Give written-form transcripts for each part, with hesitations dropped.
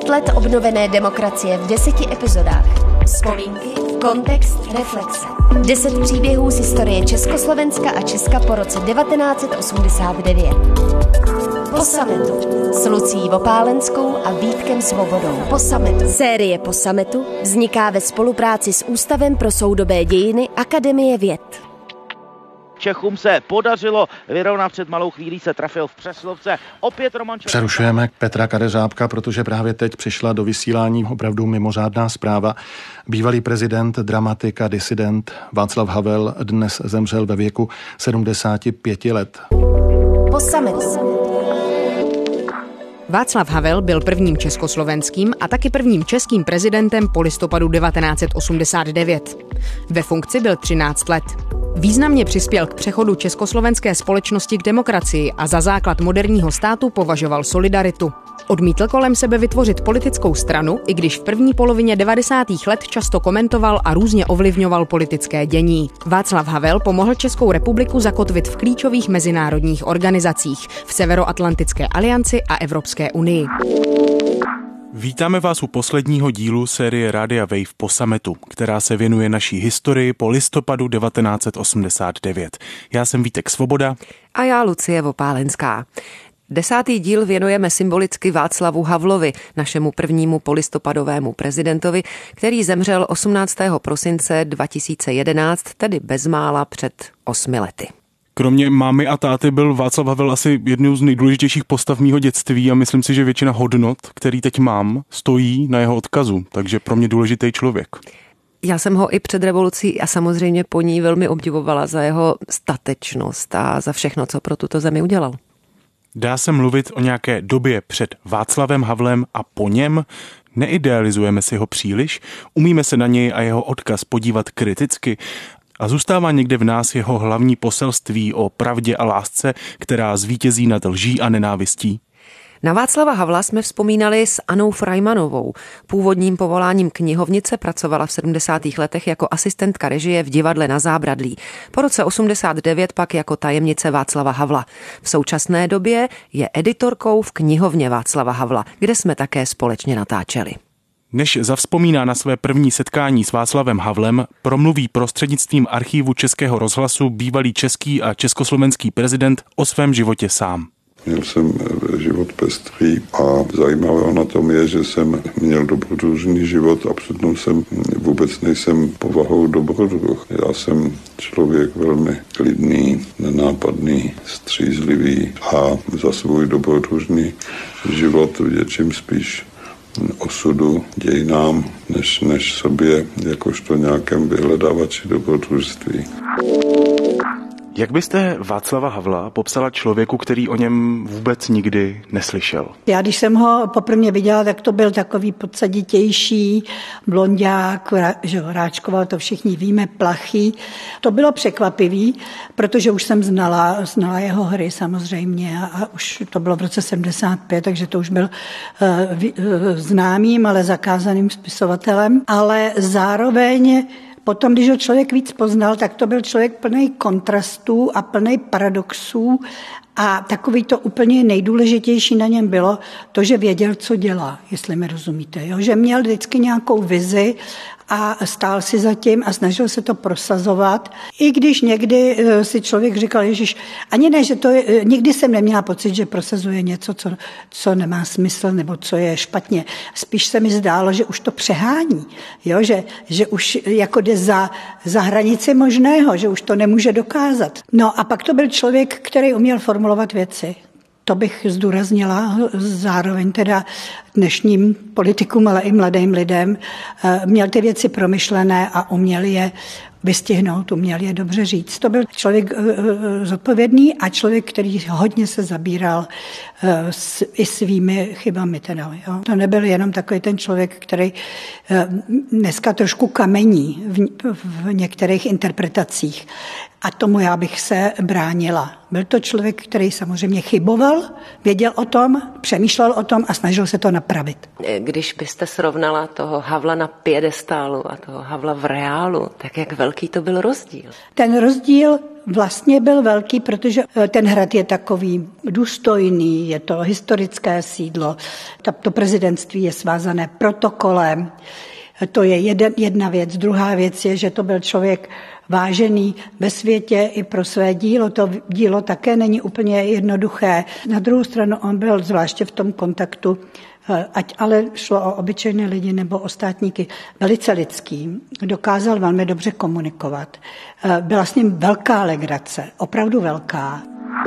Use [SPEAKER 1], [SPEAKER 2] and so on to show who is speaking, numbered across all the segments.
[SPEAKER 1] 10 let obnovené demokracie v 10 epizodách. Vzpomínky, kontext, reflexe. 10 příběhů z historie Československa a Česka po roce 1989. Po sametu s Lucí Vopálenskou a Vítkem Svobodou. Po sametu. Série Po sametu vzniká ve spolupráci s Ústavem pro soudobé dějiny Akademie věd.
[SPEAKER 2] Čechům se podařilo vyrovnat, před malou chvílí se trafil v přeslovce. Opět Roman Černý.
[SPEAKER 3] Přerušujeme Petra Kadeřábka, protože právě teď přišla do vysílání opravdu mimořádná zpráva. Bývalý prezident, dramatik a disident Václav Havel dnes zemřel ve věku 75 let.
[SPEAKER 1] Po sametu.
[SPEAKER 4] Václav Havel byl prvním československým a taky prvním českým prezidentem po listopadu 1989. Ve funkci byl 13 let. Významně přispěl k přechodu československé společnosti k demokracii a za základ moderního státu považoval solidaritu. Odmítl kolem sebe vytvořit politickou stranu, i když v první polovině 90. let často komentoval a různě ovlivňoval politické dění. Václav Havel pomohl Českou republiku zakotvit v klíčových mezinárodních organizacích, v Severoatlantické alianci a Evropské unii.
[SPEAKER 5] Vítáme vás u posledního dílu série Rádia Wave Po sametu, která se věnuje naší historii po listopadu 1989. Já jsem Vítek Svoboda.
[SPEAKER 6] A já Lucie Vopálenská. 10. díl věnujeme symbolicky Václavu Havlovi, našemu prvnímu polistopadovému prezidentovi, který zemřel 18. prosince 2011, tedy bezmála před 8 lety.
[SPEAKER 5] Kromě mámy a táty byl Václav Havel asi jednou z nejdůležitějších postav mýho dětství a myslím si, že většina hodnot, který teď mám, stojí na jeho odkazu, takže pro mě důležitý člověk.
[SPEAKER 6] Já jsem ho i před revolucí a samozřejmě po ní velmi obdivovala za jeho statečnost a za všechno, co pro tuto zemi udělal.
[SPEAKER 5] Dá se mluvit o nějaké době před Václavem Havlem a po něm? Neidealizujeme si ho příliš? Umíme se na něj a jeho odkaz podívat kriticky? A zůstává někde v nás jeho hlavní poselství o pravdě a lásce, která zvítězí nad lží a nenávistí?
[SPEAKER 6] Na Václava Havla jsme vzpomínali s Anou Frajmanovou. Původním povoláním knihovnice pracovala v 70. letech jako asistentka režie v divadle Na Zábradlí. Po roce 89 pak jako tajemnice Václava Havla. V současné době je editorkou v knihovně Václava Havla, kde jsme také společně natáčeli.
[SPEAKER 5] Než zavzpomíná na své první setkání s Václavem Havlem, promluví prostřednictvím archívu Českého rozhlasu bývalý český a československý prezident o svém životě sám.
[SPEAKER 7] Měl jsem život pestrý a zajímavé na tom je, že jsem měl dobrodružný život a přitom vůbec nejsem povahou dobrodruh. Já jsem člověk velmi klidný, nenápadný, střízlivý a za svůj dobrodružný život vděčím spíš osudu, dějinám, než sobě, jakožto nějakém vyhledávači dobrodružství.
[SPEAKER 5] Jak byste Václava Havla popsala člověku, který o něm vůbec nikdy neslyšel?
[SPEAKER 8] Já když jsem ho poprvé viděla, tak to byl takový podsaditější blonďák, že hráčkoval, to všichni víme, plachý. To bylo překvapivý, protože už jsem znala jeho hry samozřejmě a už to bylo v roce 75, takže to už byl známým, ale zakázaným spisovatelem. Ale zároveň potom, když ho člověk víc poznal, tak to byl člověk plný kontrastů a plný paradoxů a takový to úplně nejdůležitější na něm bylo to, že věděl, co dělá, jestli mi rozumíte. Jo? Že měl vždycky nějakou vizi a stál si za tím a snažil se to prosazovat. I když někdy si člověk říkal, ježiš, ani ne, že to je, nikdy jsem neměla pocit, že prosazuje něco, co nemá smysl nebo co je špatně. Spíš se mi zdálo, že už to přehání, jo? Že už jako jde za hranici možného, že už to nemůže dokázat. No a pak to byl člověk, který uměl formulovat věci. To bych zdůraznila zároveň teda dnešním politikům, ale i mladým lidem. Měl ty věci promyšlené a uměl je vystihnout, uměl je dobře říct. To byl člověk zodpovědný a člověk, který hodně se zabíral i svými chybami. Teda, jo. To nebyl jenom takový ten člověk, který dneska trošku kamení v některých interpretacích. A tomu já bych se bránila. Byl to člověk, který samozřejmě chyboval, věděl o tom, přemýšlel o tom a snažil se to napravit.
[SPEAKER 6] Když byste srovnala toho Havla na piedestálu a toho Havla v reálu, tak jak velký velký to byl rozdíl?
[SPEAKER 8] Ten rozdíl vlastně byl velký, protože ten hrad je takový důstojný, je to historické sídlo, to prezidentství je svázané protokolem, to je jedna věc. Druhá věc je, že to byl člověk vážený ve světě i pro své dílo. To dílo také není úplně jednoduché. Na druhou stranu on byl zvláště v tom kontaktu, ať ale šlo o obyčejné lidi nebo o státníky, velice lidský. Dokázal velmi dobře komunikovat. Byla s ním velká legrace, opravdu velká.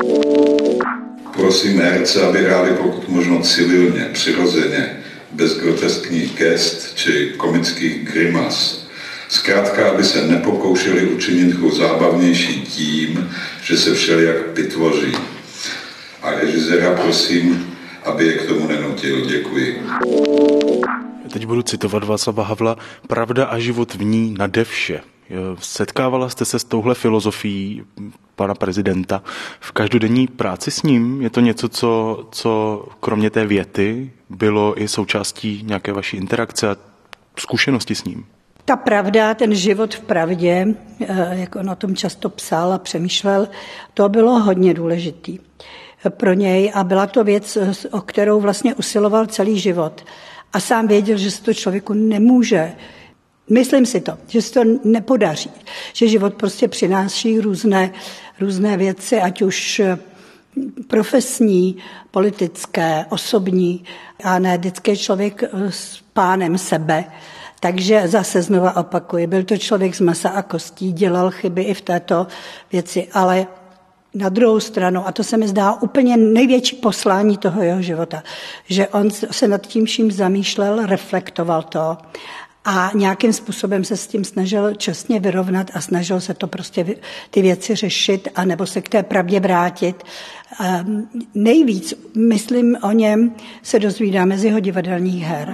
[SPEAKER 7] Prosím herce, aby hráli pokud možno civilně, přirozeně, bez groteskních gest či komických grimas. Zkrátka, aby se nepokoušeli učinit hru zábavnější tím, že se všelijak pitvoří. A režiséra prosím, aby je k tomu nenutil. Děkuji.
[SPEAKER 5] Teď budu citovat Václava Havla. Pravda a život v ní nade vše. Setkávala jste se s touhle filozofií pana prezidenta v každodenní práci s ním? Je to něco, co kromě té věty bylo i součástí nějaké vaší interakce a zkušenosti s ním?
[SPEAKER 8] Ta pravda, ten život v pravdě, jak on o tom často psal a přemýšlel, to bylo hodně důležitý pro něj a byla to věc, o kterou vlastně usiloval celý život. A sám věděl, že se to člověku nemůže. Myslím si to, že se to nepodaří, že život prostě přináší různé věci, ať už profesní, politické, osobní, a ne vždycky je člověk s pánem sebe. Takže zase znova opakuji, byl to člověk z masa a kostí, dělal chyby i v této věci, ale na druhou stranu, a to se mi zdá úplně největší poslání toho jeho života, že on se nad tím vším zamýšlel, reflektoval to a nějakým způsobem se s tím snažil čestně vyrovnat a snažil se to prostě ty věci řešit a nebo se k té pravdě vrátit. Nejvíc, myslím, o něm se dozvídáme z jeho divadelních her.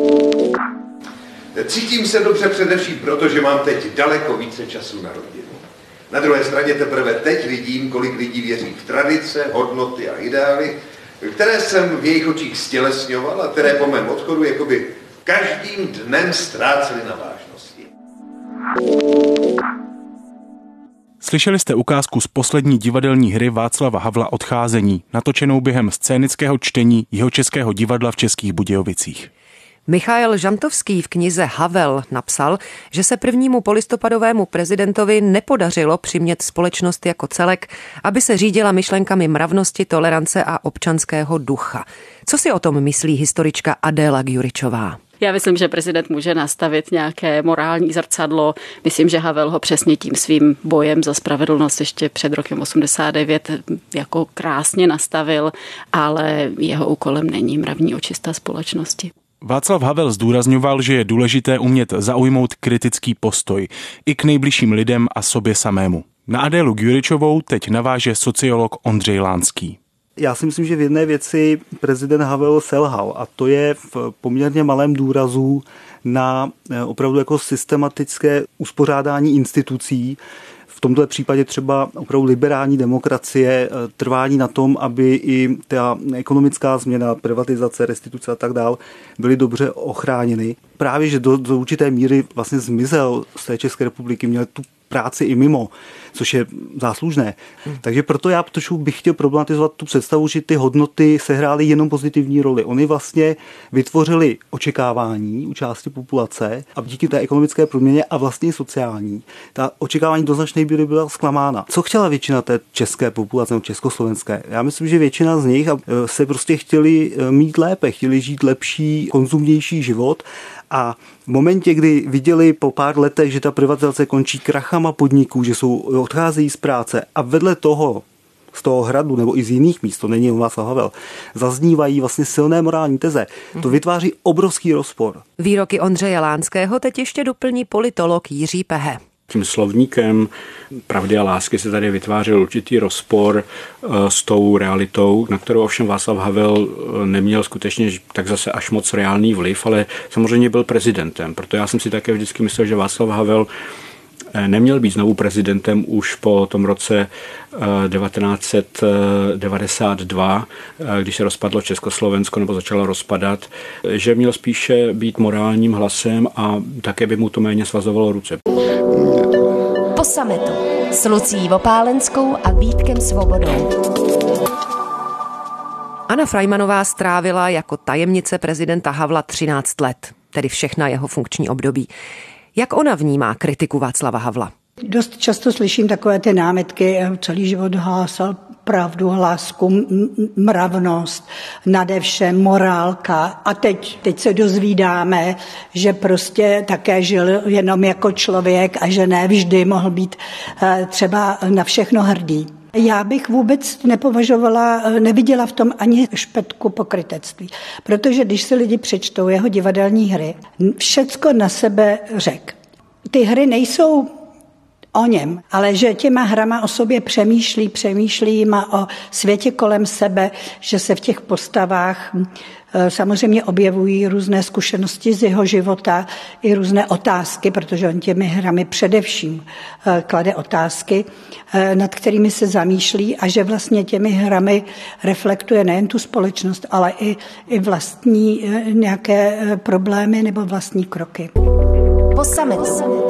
[SPEAKER 9] Cítím se dobře především proto, že mám teď daleko více času na rodinu. Na druhé straně teprve teď vidím, kolik lidí věří v tradice, hodnoty a ideály, které jsem v jejich očích stělesňoval a které po mém odchodu jakoby každým dnem ztrácely na vážnosti.
[SPEAKER 5] Slyšeli jste ukázku z poslední divadelní hry Václava Havla Odcházení, natočenou během scénického čtení Jihočeského divadla v Českých Budějovicích.
[SPEAKER 6] Michael Žantovský v knize Havel napsal, že se prvnímu polistopadovému prezidentovi nepodařilo přimět společnost jako celek, aby se řídila myšlenkami mravnosti, tolerance a občanského ducha. Co si o tom myslí historička Adéla Gjuričová?
[SPEAKER 10] Já myslím, že prezident může nastavit nějaké morální zrcadlo. Myslím, že Havel ho přesně tím svým bojem za spravedlnost ještě před rokem 89 jako krásně nastavil, ale jeho úkolem není mravní očista společnosti.
[SPEAKER 5] Václav Havel zdůrazňoval, že je důležité umět zaujmout kritický postoj i k nejbližším lidem a sobě samému. Na Adélu Gjuričovou teď naváže sociolog Ondřej Lánský.
[SPEAKER 11] Já si myslím, že v jedné věci prezident Havel selhal a to je v poměrně malém důrazu na opravdu jako systematické uspořádání institucí. V tomto případě třeba opravdu liberální demokracie, trvání na tom, aby i ta ekonomická změna, privatizace, restituce a tak dál byly dobře ochráněny. Právě, že do určité míry vlastně zmizel z té České republiky, měl tu práci i mimo, což je záslužné. Takže proto já bych chtěl problematizovat tu představu, že ty hodnoty sehrály jenom pozitivní roli. Oni vlastně vytvořili očekávání u části populace a díky té ekonomické proměně a vlastně sociální, ta očekávání do značné míry byla zklamána. Co chtěla většina té české populace nebo československé? Já myslím, že většina z nich se prostě chtěli mít lépe, chtěli žít lepší, konzumnější život. A v momentě, kdy viděli po pár letech, že ta privatizace končí krachama podniků, že odcházejí z práce a vedle toho, z toho hradu nebo i z jiných míst, to není jen Václav Havel, zaznívají vlastně silné morální teze. To vytváří obrovský rozpor.
[SPEAKER 6] Výroky Ondřeje Lánského teď ještě doplní politolog Jiří Pehe.
[SPEAKER 12] Tím slovníkem pravdy a lásky se tady vytvářel určitý rozpor s tou realitou, na kterou ovšem Václav Havel neměl skutečně tak zase až moc reálný vliv, ale samozřejmě byl prezidentem. Proto já jsem si také vždycky myslel, že Václav Havel neměl být znovu prezidentem už po tom roce 1992, když se rozpadlo Československo nebo začalo rozpadat, že měl spíše být morálním hlasem a také by mu to méně svazovalo ruce.
[SPEAKER 1] Po sametu s Lucí Vopálenskou a Vítkem Svobodou.
[SPEAKER 6] Anna Freimanová strávila jako tajemnice prezidenta Havla 13 let, tedy všechna jeho funkční období. Jak ona vnímá kritiku Václava Havla?
[SPEAKER 8] Dost často slyším takové ty námitky, celý život hlásal pravdu, hlásku, mravnost, nade vše, morálka. A teď se dozvídáme, že prostě také žil jenom jako člověk a že ne vždy mohl být třeba na všechno hrdý. Já bych vůbec neviděla v tom ani špetku pokrytectví, protože když si lidi přečtou jeho divadelní hry, všecko na sebe řek. Ty hry nejsou o něm, ale že těma hrama o sobě přemýšlí o světě kolem sebe, že se v těch postavách samozřejmě objevují různé zkušenosti z jeho života i různé otázky, protože on těmi hrami především klade otázky, nad kterými se zamýšlí a že vlastně těmi hrami reflektuje nejen tu společnost, ale i vlastní nějaké problémy nebo vlastní kroky.
[SPEAKER 1] Po sametu.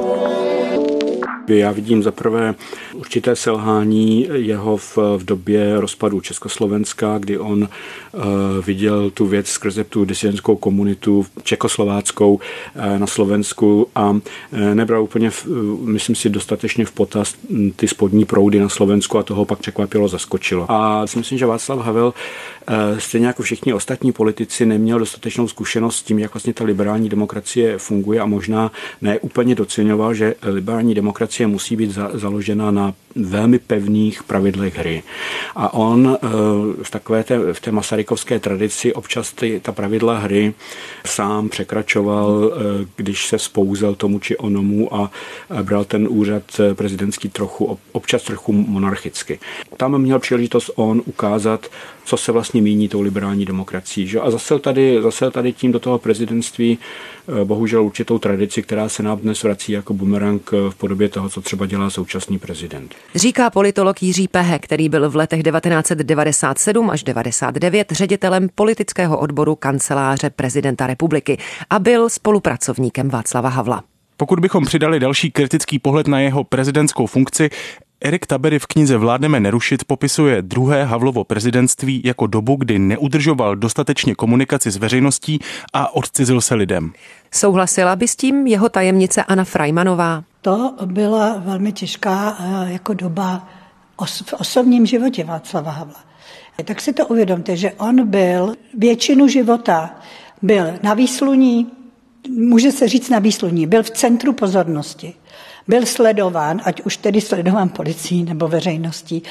[SPEAKER 12] Já vidím zaprvé určité selhání jeho v době rozpadu Československa, kdy on viděl tu věc skrze tu disidentskou komunitu čekoslováckou na Slovensku a nebral úplně, myslím si, dostatečně v potaz ty spodní proudy na Slovensku a toho pak překvapilo, zaskočilo. A myslím, že Václav Havel, stejně jako všichni ostatní politici, neměl dostatečnou zkušenost s tím, jak vlastně ta liberální demokracie funguje a možná ne úplně doceňoval, že liberální demokracie musí být založena na velmi pevných pravidlech hry. A on v té masarykovské tradici občas ta pravidla hry sám překračoval, když se spouzel tomu či onomu a bral ten úřad prezidentský občas trochu monarchicky. Tam měl příležitost on ukázat, co se vlastně míní tou liberální demokracií. Že? A zase tady tím do toho prezidentství bohužel určitou tradici, která se nám dnes vrací jako bumerang v podobě toho, co třeba dělá současný prezident.
[SPEAKER 6] Říká politolog Jiří Pehe, který byl v letech 1997 až 1999 ředitelem politického odboru Kanceláře prezidenta republiky a byl spolupracovníkem Václava Havla.
[SPEAKER 5] Pokud bychom přidali další kritický pohled na jeho prezidentskou funkci, Erik Tabery v knize Vládneme nerušit popisuje druhé Havlovo prezidentství jako dobu, kdy neudržoval dostatečně komunikaci s veřejností a odcizil se lidem.
[SPEAKER 6] Souhlasila by s tím jeho tajemnice Anna Freimanová?
[SPEAKER 8] To byla velmi těžká jako doba v osobním životě Václava Havla. Tak si to uvědomte, že on byl většinu života na výsluní, může se říct na výsluní, byl v centru pozornosti. Byl sledován, ať už tedy sledován policií nebo veřejností.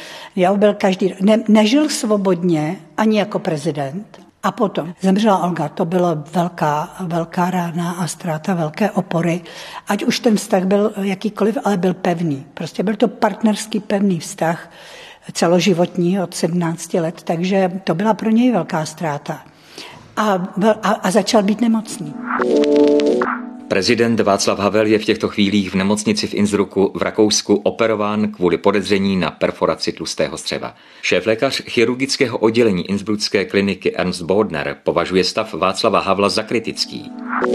[SPEAKER 8] Nežil svobodně ani jako prezident. A potom zemřela Olga, to byla velká rána a ztráta velké opory. Ať už ten vztah byl jakýkoliv, ale byl pevný. Prostě byl to partnerský pevný vztah celoživotní od 17 let, takže to byla pro něj velká ztráta. A začal být nemocný.
[SPEAKER 13] Prezident Václav Havel je v těchto chvílích v nemocnici v Innsbrucku v Rakousku operován kvůli podezření na perforaci tlustého střeva. Šéflékař chirurgického oddělení innsbrucké kliniky Ernst Bodner považuje stav Václava Havla za kritický.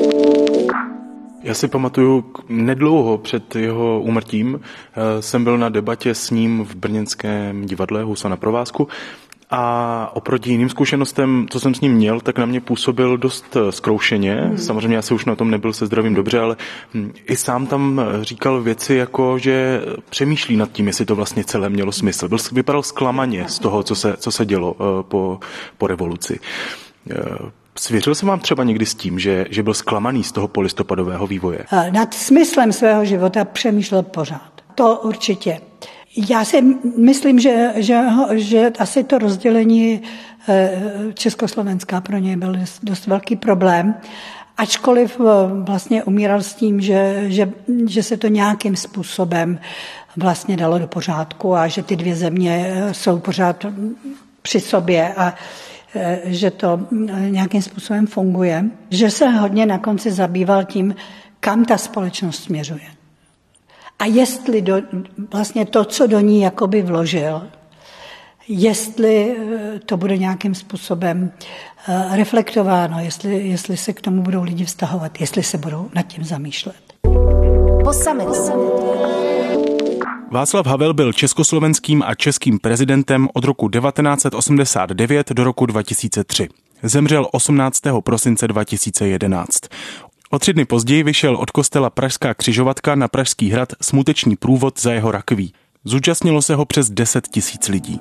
[SPEAKER 5] Já si pamatuju, nedlouho před jeho úmrtím jsem byl na debatě s ním v brněnském divadle Husa na provázku. A oproti jiným zkušenostem, co jsem s ním měl, tak na mě působil dost zkroušeně. Samozřejmě já se už na tom nebyl se zdravím dobře, ale i sám tam říkal věci, jako že přemýšlí nad tím, jestli to vlastně celé mělo smysl. Vypadal zklamaně z toho, co se dělo po revoluci. Svěřil jsem vám třeba někdy s tím, že byl zklamaný z toho polistopadového vývoje?
[SPEAKER 8] Nad smyslem svého života přemýšlel pořád. To určitě. Já si myslím, že asi to rozdělení Československa pro něj byl dost velký problém, ačkoliv vlastně umíral s tím, že se to nějakým způsobem vlastně dalo do pořádku a že ty dvě země jsou pořád při sobě a že to nějakým způsobem funguje, že se hodně na konci zabýval tím, kam ta společnost směřuje. A jestli vlastně to, co do ní jakoby vložil, jestli to bude nějakým způsobem reflektováno, jestli se k tomu budou lidi vztahovat, jestli se budou nad tím zamýšlet.
[SPEAKER 1] Po sametu.
[SPEAKER 5] Václav Havel byl československým a českým prezidentem od roku 1989 do roku 2003. Zemřel 18. prosince 2011. O 3 dny později vyšel od kostela Pražská křižovatka na Pražský hrad smutečný průvod za jeho rakví. Zúčastnilo se ho přes 10 000 lidí.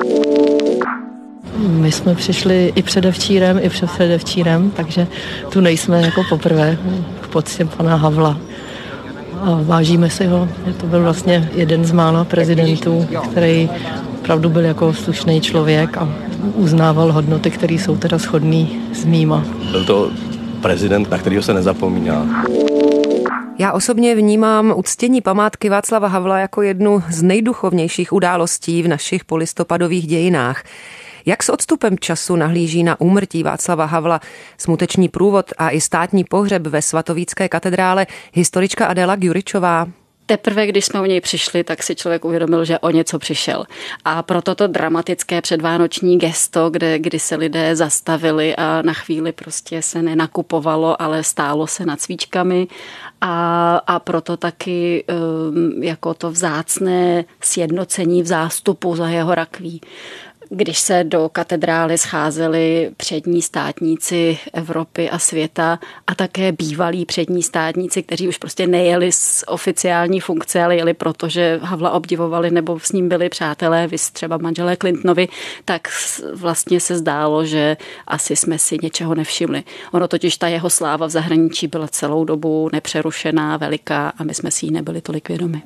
[SPEAKER 14] My jsme přišli i předevčírem, i předevčírem, takže tu nejsme jako poprvé k poctě pana Havla. A vážíme si ho, že to byl vlastně jeden z mála prezidentů, který opravdu byl jako slušný člověk a uznával hodnoty, které jsou teda shodný s mýma.
[SPEAKER 15] Byl to prezident, na kterého se nezapomíná.
[SPEAKER 6] Já osobně vnímám uctění památky Václava Havla jako jednu z nejduchovnějších událostí v našich polistopadových dějinách. Jak s odstupem času nahlíží na úmrtí Václava Havla smutečný průvod a i státní pohřeb ve svatovícké katedrále historička Adéla Gjuričová?
[SPEAKER 10] Teprve, když jsme o něj přišli, tak si člověk uvědomil, že o něco přišel. A proto to dramatické předvánoční gesto, kdy se lidé zastavili a na chvíli prostě se nenakupovalo, ale stálo se nad svíčkami. A proto taky jako to vzácné sjednocení v zástupu za jeho rakví. Když se do katedrály scházeli přední státníci Evropy a světa a také bývalí přední státníci, kteří už prostě nejeli z oficiální funkce, ale jeli proto, že Havla obdivovali nebo s ním byli přátelé, vys třeba manželé Clintonovi, tak vlastně se zdálo, že asi jsme si něčeho nevšimli. Ono totiž ta jeho sláva v zahraničí byla celou dobu nepřerušená, veliká a my jsme si jí nebyli tolik vědomi.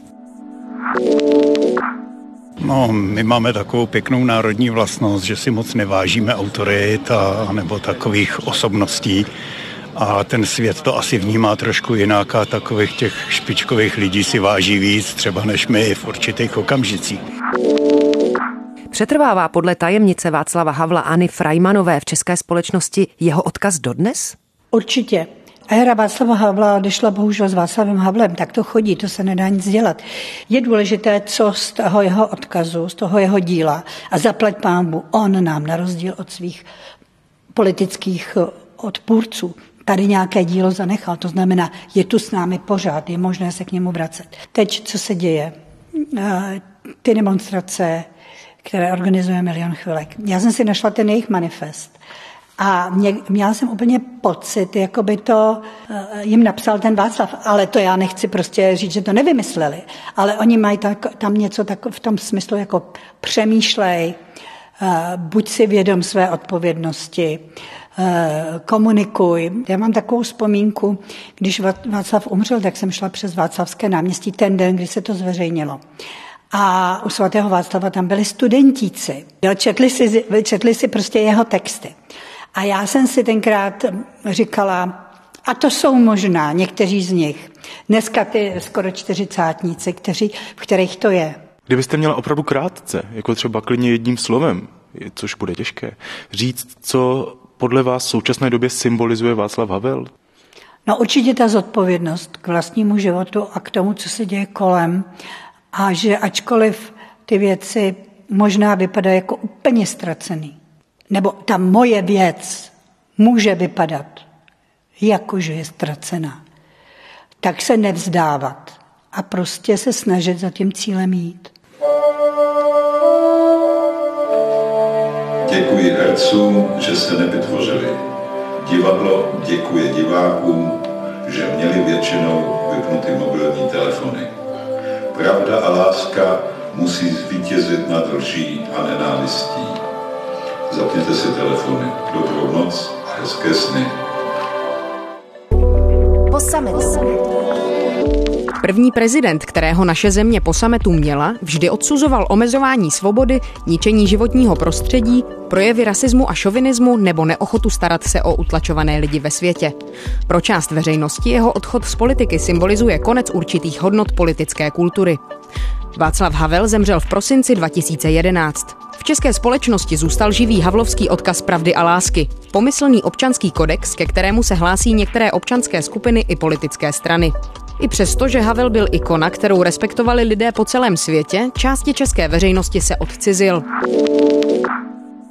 [SPEAKER 16] No, my máme takovou pěknou národní vlastnost, že si moc nevážíme autorit a nebo takových osobností a ten svět to asi vnímá trošku jinak a takových těch špičkových lidí si váží víc třeba než my v určitých okamžicích.
[SPEAKER 6] Přetrvává podle tajemnice Václava Havla Anny Freimanové v české společnosti jeho odkaz dodnes?
[SPEAKER 8] Určitě. Éra Václava Havla odešla bohužel s Václavem Havlem, tak to chodí, to se nedá nic dělat. Je důležité, co z toho jeho odkazu, z toho jeho díla a zaplať pánbu, on nám na rozdíl od svých politických odpůrců tady nějaké dílo zanechal, to znamená, je tu s námi pořád, je možné se k němu vracet. Teď, co se děje? Ty demonstrace, které organizuje Milion chvilek. Já jsem si našla ten jejich manifest. A měla jsem úplně pocit, jako by to jim napsal ten Václav, ale to já nechci prostě říct, že to nevymysleli, ale oni mají tam něco v tom smyslu jako přemýšlej, buď si vědom své odpovědnosti, komunikuj. Já mám takovou vzpomínku, když Václav umřel, tak jsem šla přes Václavské náměstí ten den, kdy se to zveřejnilo. A u svatého Václava tam byli studentíci. Četli si prostě jeho texty. A já jsem si tenkrát říkala, a to jsou možná někteří z nich, dneska ty skoro 40-tníci, v kterých to je.
[SPEAKER 5] Kdybyste měla opravdu krátce, jako třeba klidně jedním slovem, což bude těžké, říct, co podle vás v současné době symbolizuje Václav Havel?
[SPEAKER 8] No určitě ta zodpovědnost k vlastnímu životu a k tomu, co se děje kolem. A že ačkoliv ty věci možná vypadají jako úplně ztracený, nebo ta moje věc může vypadat, jakože je ztracená, tak se nevzdávat a prostě se snažit za tím cílem jít.
[SPEAKER 7] Děkuji hercům, že se nevytvořili. Divadlo děkuje divákům, že měli většinou vypnuty mobilní telefony. Pravda a láska musí zvítězit nad lží a nenávistí. Zapněte si telefony. Dobrou noc, hezké sny.
[SPEAKER 1] Po sametu.
[SPEAKER 4] První prezident, kterého naše země po sametu měla, vždy odsuzoval omezování svobody, ničení životního prostředí, projevy rasismu a šovinismu nebo neochotu starat se o utlačované lidi ve světě. Pro část veřejnosti jeho odchod z politiky symbolizuje konec určitých hodnot politické kultury. Václav Havel zemřel v prosinci 2011. V české společnosti zůstal živý havlovský odkaz pravdy a lásky, pomyslný občanský kodex, ke kterému se hlásí některé občanské skupiny i politické strany. I přesto, že Havel byl ikona, kterou respektovali lidé po celém světě, části české veřejnosti se odcizil.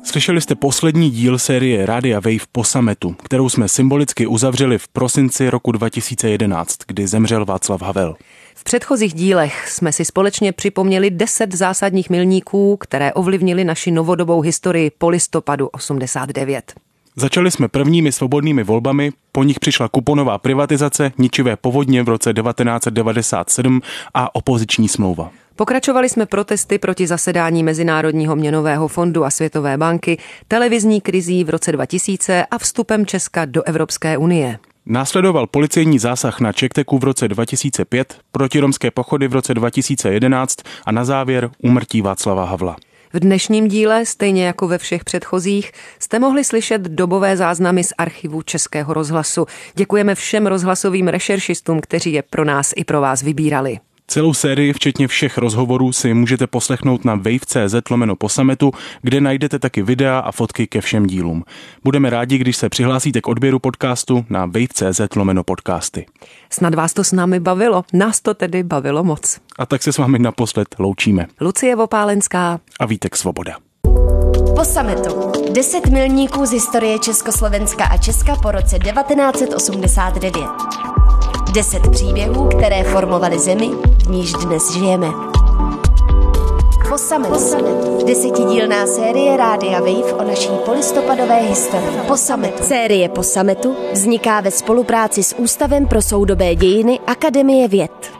[SPEAKER 5] Slyšeli jste poslední díl série Rádia Wave Po sametu, kterou jsme symbolicky uzavřeli v prosinci roku 2011, kdy zemřel Václav Havel.
[SPEAKER 6] V předchozích dílech jsme si společně připomněli 10 zásadních milníků, které ovlivnily naši novodobou historii po listopadu 89.
[SPEAKER 5] Začali jsme prvními svobodnými volbami, po nich přišla kuponová privatizace, ničivé povodně v roce 1997 a opoziční smlouva.
[SPEAKER 6] Pokračovali jsme protesty proti zasedání Mezinárodního měnového fondu a Světové banky, televizní krizí v roce 2000 a vstupem Česka do Evropské unie.
[SPEAKER 5] Následoval policejní zásah na Čekteku v roce 2005, protiromské pochody v roce 2011 a na závěr úmrtí Václava Havla.
[SPEAKER 6] V dnešním díle, stejně jako ve všech předchozích, jste mohli slyšet dobové záznamy z archivu Českého rozhlasu. Děkujeme všem rozhlasovým rešeršistům, kteří je pro nás i pro vás vybírali.
[SPEAKER 5] Celou sérii, včetně všech rozhovorů, si můžete poslechnout na wave.cz/po sametu, kde najdete taky videa a fotky ke všem dílům. Budeme rádi, když se přihlásíte k odběru podcastu na wave.cz/podcasty.
[SPEAKER 6] Snad vás to s námi bavilo, nás to tedy bavilo moc.
[SPEAKER 5] A tak se s vámi naposled loučíme.
[SPEAKER 6] Lucie Vopálenská
[SPEAKER 5] a Vítek Svoboda.
[SPEAKER 1] Po sametu. 10 milníků z historie Československa a Česka po roce 1989. 10 příběhů, které formovaly zemi, v níž dnes žijeme. Po sametu. 10dílná série Rádia Wave o naší polistopadové historii. Po sametu. Série Po sametu vzniká ve spolupráci s Ústavem pro soudobé dějiny Akademie věd.